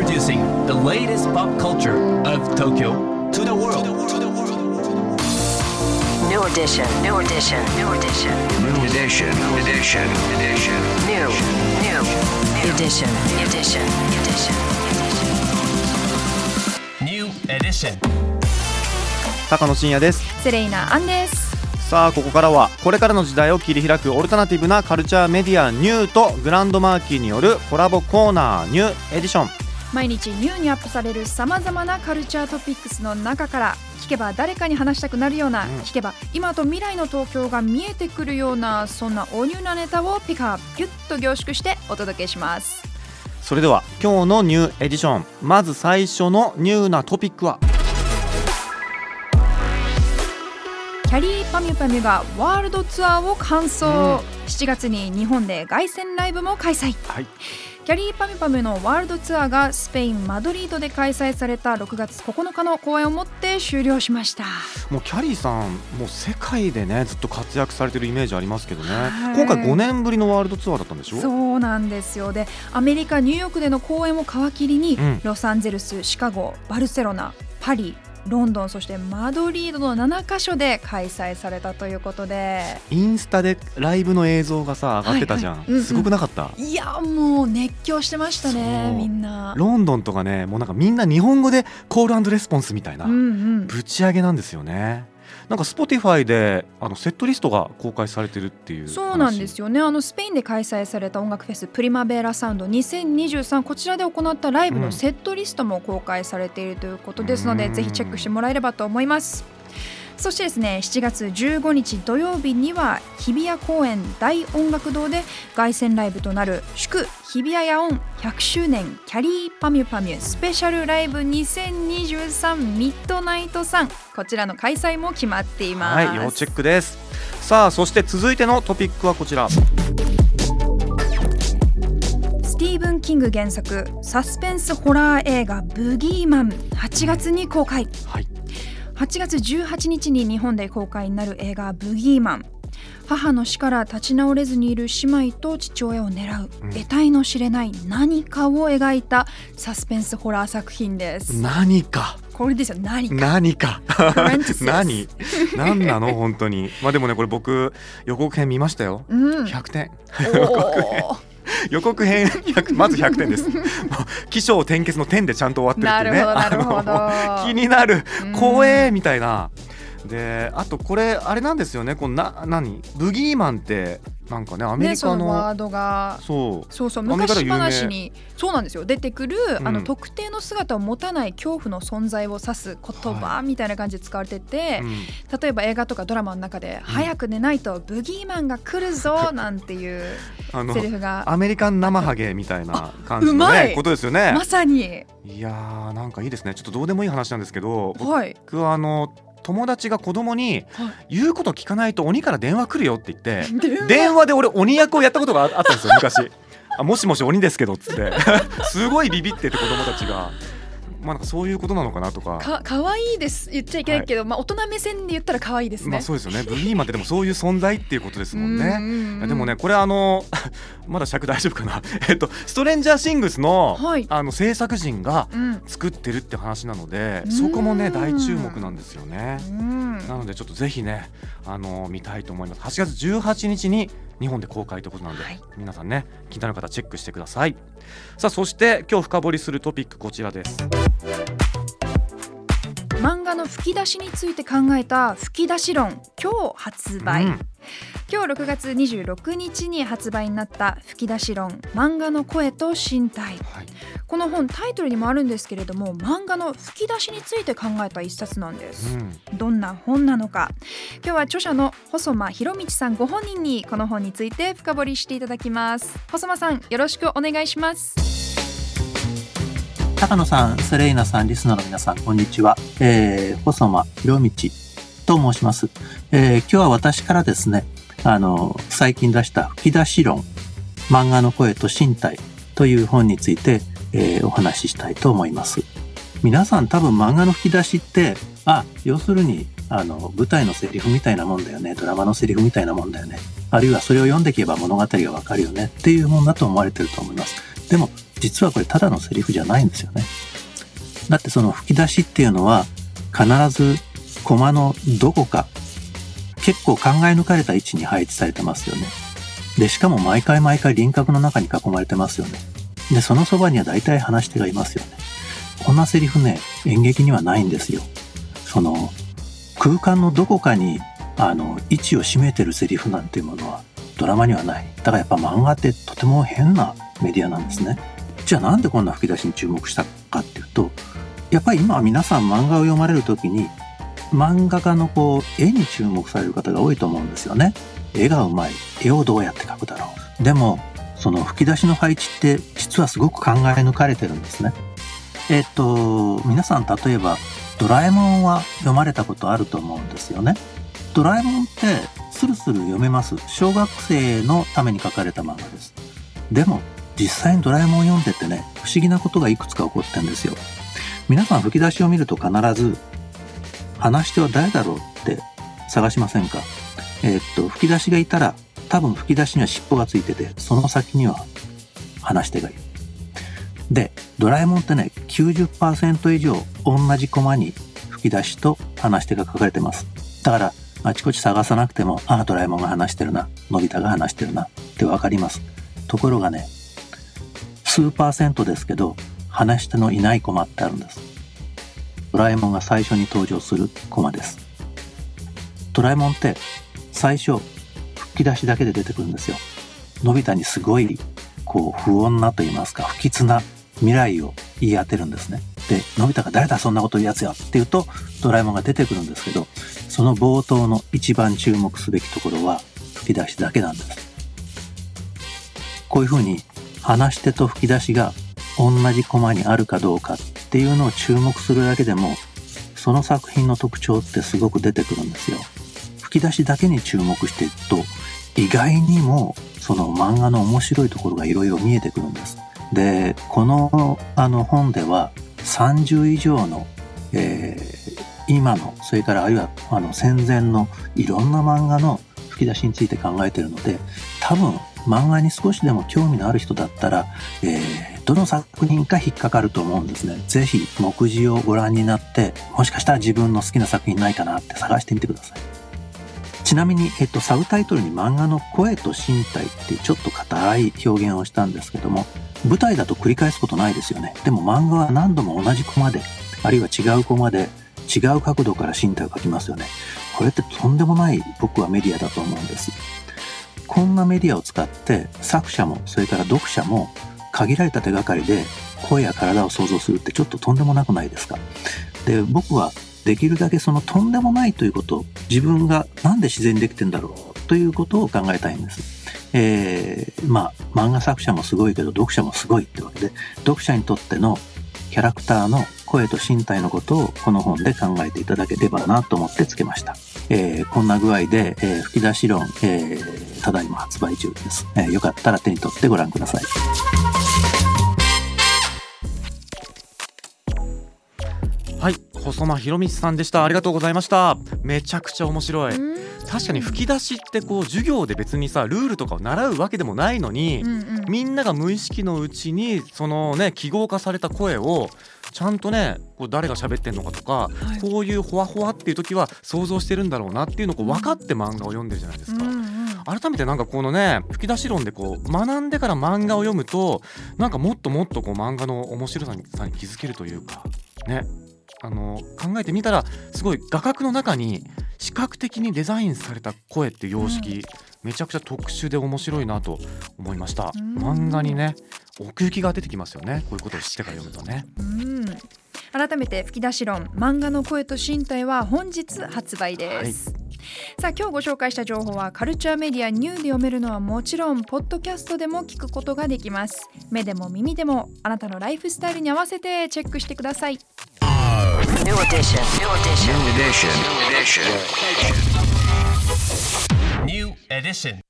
Introducing the latest pop culture of Tokyo to the world. New edition, new edition, new edition, New edition, edition, edition. new edition, edition, edition. New edition. 高野真也です。 セレイナアンです。 さあここからはこれからの時代を切り開くオルタナティブなカルチャーメディアニューとグランドマーキーによるコラボコーナーニューエディション。 毎日ニューにアップされるさまざまなカルチャートピックスの中から聞けば誰かに話したくなるような、聞けば今と未来の東京が見えてくるような、そんなおニューなネタをピックアップギュッと凝縮してお届けします。 それでは今日のニューエディション、まず最初のニューなトピックはキャリーパミュパミュがワールドツアーを完走、7月に日本で凱旋ライブも開催、 はい、 キャリーパミュパミュのワールドツアーがスペイン・マドリードで開催された6月9日の公演をもって終了しました。 もうキャリーさんもう世界でねずっと活躍されてるイメージありますけどね、 はい、 今回5年ぶりのワールドツアーだったんでしょ。 そうなんですよ。でアメリカ・ニューヨークでの公演を皮切りに、ロサンゼルス、シカゴ、バルセロナ、パリ、ロンドン、そしてマドリードの7カ所で開催されたということで、 インスタでライブの映像がさ上がってたじゃん、すごくなかった？ いやもう熱狂してましたね。みんなロンドンとかね、もうなんかみんな日本語でコール&レスポンスみたいな、ぶち上げなんですよね。なんか Spotify でセットリストが公開されてるっていう話。 そうなんですよね。スペインで開催された音楽フェスプリマベーラサウンド2023、こちらで行ったライブのセットリストも公開されているということですので、ぜひチェックしてもらえればと思います。そしてですね、7月15日土曜日には日比谷公園大音楽堂で凱旋ライブとなる祝日比谷野音100周年キャリーパミュパミュスペシャルライブ2023ミッドナイトさん、こちらの開催も決まっています。 はい、要チェックです。さあそして続いてのトピックはこちら。 スティーブン・キング原作サスペンスホラー映画ブギーマン、8月に公開、 はい、8 月18日に日本で公開になる映画ブギーマン、母の死から立ち直れずにいる姉妹と父親を狙う、得体の知れない何かを描いたサスペンスホラー作品です。 何かこれですよ、何か何なの本当に。まあでもねこれ僕予告編見ましたよ、100点予告編まず100点です起承転結の点でちゃんと終わってるっていうね。 なるほど気になる、怖えみたいな。であとこれあれなんですよね、この何ブギーマンってなんかねアメリカの、 そのワードがそう昔話にそうなんですよ出てくる、特定の姿を持たない恐怖の存在を指す言葉みたいな感じで使われてて、例えば映画とかドラマの中で、早く寝ないとブギーマンが来るぞなんていうセリフがアメリカン生ハゲみたいな感じの、ね、ことですよね。 まさに。 いやーなんかいいですね。ちょっとどうでもいい話なんですけど、僕は友達が子供に、言うこと聞かないと鬼から電話来るよって言って電話で俺鬼役をやったことがあったんですよ昔もしもし鬼ですけどっつってすごいビビってて子供たちが。なんかそういうことなのかなとか。 かわいいです言っちゃいけないけど、大人目線で言ったらかわいいですね。 そうですよね。ブギーマンってでもそういう存在っていうことですもんね。でもねこれまだ尺大丈夫かなストレンジャーシングスの、制作陣が作ってるって話なので、そこもね大注目なんですよね。なのでちょっとぜひね見たいと思います。8月18日に日本で公開ということなので、皆さんね気になる方チェックしてください。さあそして今日深掘りするトピックこちらです。 漫画の吹き出しについて考えた吹き出し論、今日発売、今日6月26日に発売になった吹き出し論漫画の声と身体、この本タイトルにもあるんですけれども、漫画の吹き出しについて考えた一冊なんです、どんな本なのか、今日は著者の細間博道さんご本人にこの本について深掘りしていただきます。細間さんよろしくお願いします。 高野さん、セレイナさん、リスナーの皆さん、こんにちは。細間博道と申します。今日は私からですね、最近出した吹き出し論、漫画の声と身体という本について、お話ししたいと思います。皆さん多分漫画の吹き出しって、要するに舞台のセリフみたいなもんだよね、ドラマのセリフみたいなもんだよね、あるいはそれを読んでいけば物語がわかるよねっていうもんだと思われてると思います。でも実はこれただのセリフじゃないんですよね。だってその吹き出しっていうのは必ずコマのどこか結構考え抜かれた位置に配置されてますよね。でしかも毎回輪郭の中に囲まれてますよね。でそのそばには大体話し手がいますよね。こんなセリフね、演劇にはないんですよ。その空間のどこかに位置を占めてるセリフなんていうものはドラマにはない。だからやっぱ漫画ってとても変なメディアなんですね。じゃあなんでこんな吹き出しに注目したかっていうと、やっぱり今は皆さん漫画を読まれるときに漫画家の絵に注目される方が多いと思うんですよね。絵がうまい。絵をどうやって描くだろう。でもその吹き出しの配置って実はすごく考え抜かれてるんですね。皆さん例えばドラえもんは読まれたことあると思うんですよね。ドラえもんってスルスル読めます。小学生のために書かれた漫画です。でも実際にドラえもんを読んでてね、不思議なことがいくつか起こってるんですよ。皆さん吹き出しを見ると必ず話し手は誰だろうって探しませんか？吹き出しがいたら多分吹き出しには尻尾がついてて、その先には話し手がいる。でドラえもんってね 90% 以上同じコマに吹き出しと話し手が書かれてます。だからあちこち探さなくても、ドラえもんが話してるな、のび太が話してるなってわかります。ところがね、数%ですけど話し手のいないコマってあるんです。ドラえもんが最初に登場するコマです。ドラえもんって最初吹き出しだけで出てくるんですよ。のび太にすごい不穏なと言いますか、不吉な未来を言い当てるんですね。でのび太が誰だそんなこと言うやつよって言うとドラえもんが出てくるんですけど、その冒頭の一番注目すべきところは吹き出しだけなんです。こういうふうに話し手と吹き出しが同じコマにあるかどうかっていうのを注目するだけでも、その作品の特徴ってすごく出てくるんですよ。吹き出しだけに注目していくと意外にもその漫画の面白いところがいろいろ見えてくるんです。でこの本では30以上の、今のそれからあるいは戦前のいろんな漫画の吹き出しについて考えているので、多分漫画に少しでも興味のある人だったら、どの作品か引っかかると思うんですね。ぜひ目次をご覧になって、もしかしたら自分の好きな作品ないかなって探してみてください。ちなみに、サブタイトルに漫画の声と身体ってちょっと硬い表現をしたんですけども、舞台だと繰り返すことないですよね。でも漫画は何度も同じコマで、あるいは違うコマで違う角度から身体を描きますよね。これってとんでもない僕はメディアだと思うんです。こんなメディアを使って作者もそれから読者も限られた手がかりで声や体を想像するってちょっととんでもなくないですか。で僕はできるだけそのとんでもないということ、自分がなんで自然にできてんだろうということを考えたいんです。漫画作者もすごいけど読者もすごいってわけで、読者にとってのキャラクターの声と身体のことをこの本で考えていただければなと思ってつけました。こんな具合で、吹き出し論、ただいま発売中です。よかったら手に取ってご覧ください。 はい、細間博道さんでした。ありがとうございました。めちゃくちゃ面白い。確かに吹き出しって授業で別にさルールとかを習うわけでもないのに、みんなが無意識のうちにそのね記号化された声をちゃんとね誰が喋ってんのかとか、こういうホワホワっていう時は想像してるんだろうなっていうのを分かって漫画を読んでるじゃないですか。改めてこのね吹き出し論で学んでから漫画を読むともっともっと漫画の面白さに気づけるというかね、考えてみたらすごい画角の中に視覚的にデザインされた声っていう様式、めちゃくちゃ特殊で面白いなと思いました。漫画にね奥行きが出てきますよね、こういうことを知ってから読むとね。 改めて吹き出し論漫画の声と身体は本日発売です。さあ今日ご紹介した情報はカルチャーメディアニューで読めるのはもちろんポッドキャストでも聞くことができます。目でも耳でもあなたのライフスタイルに合わせてチェックしてください。 New edition. New edition. New edition.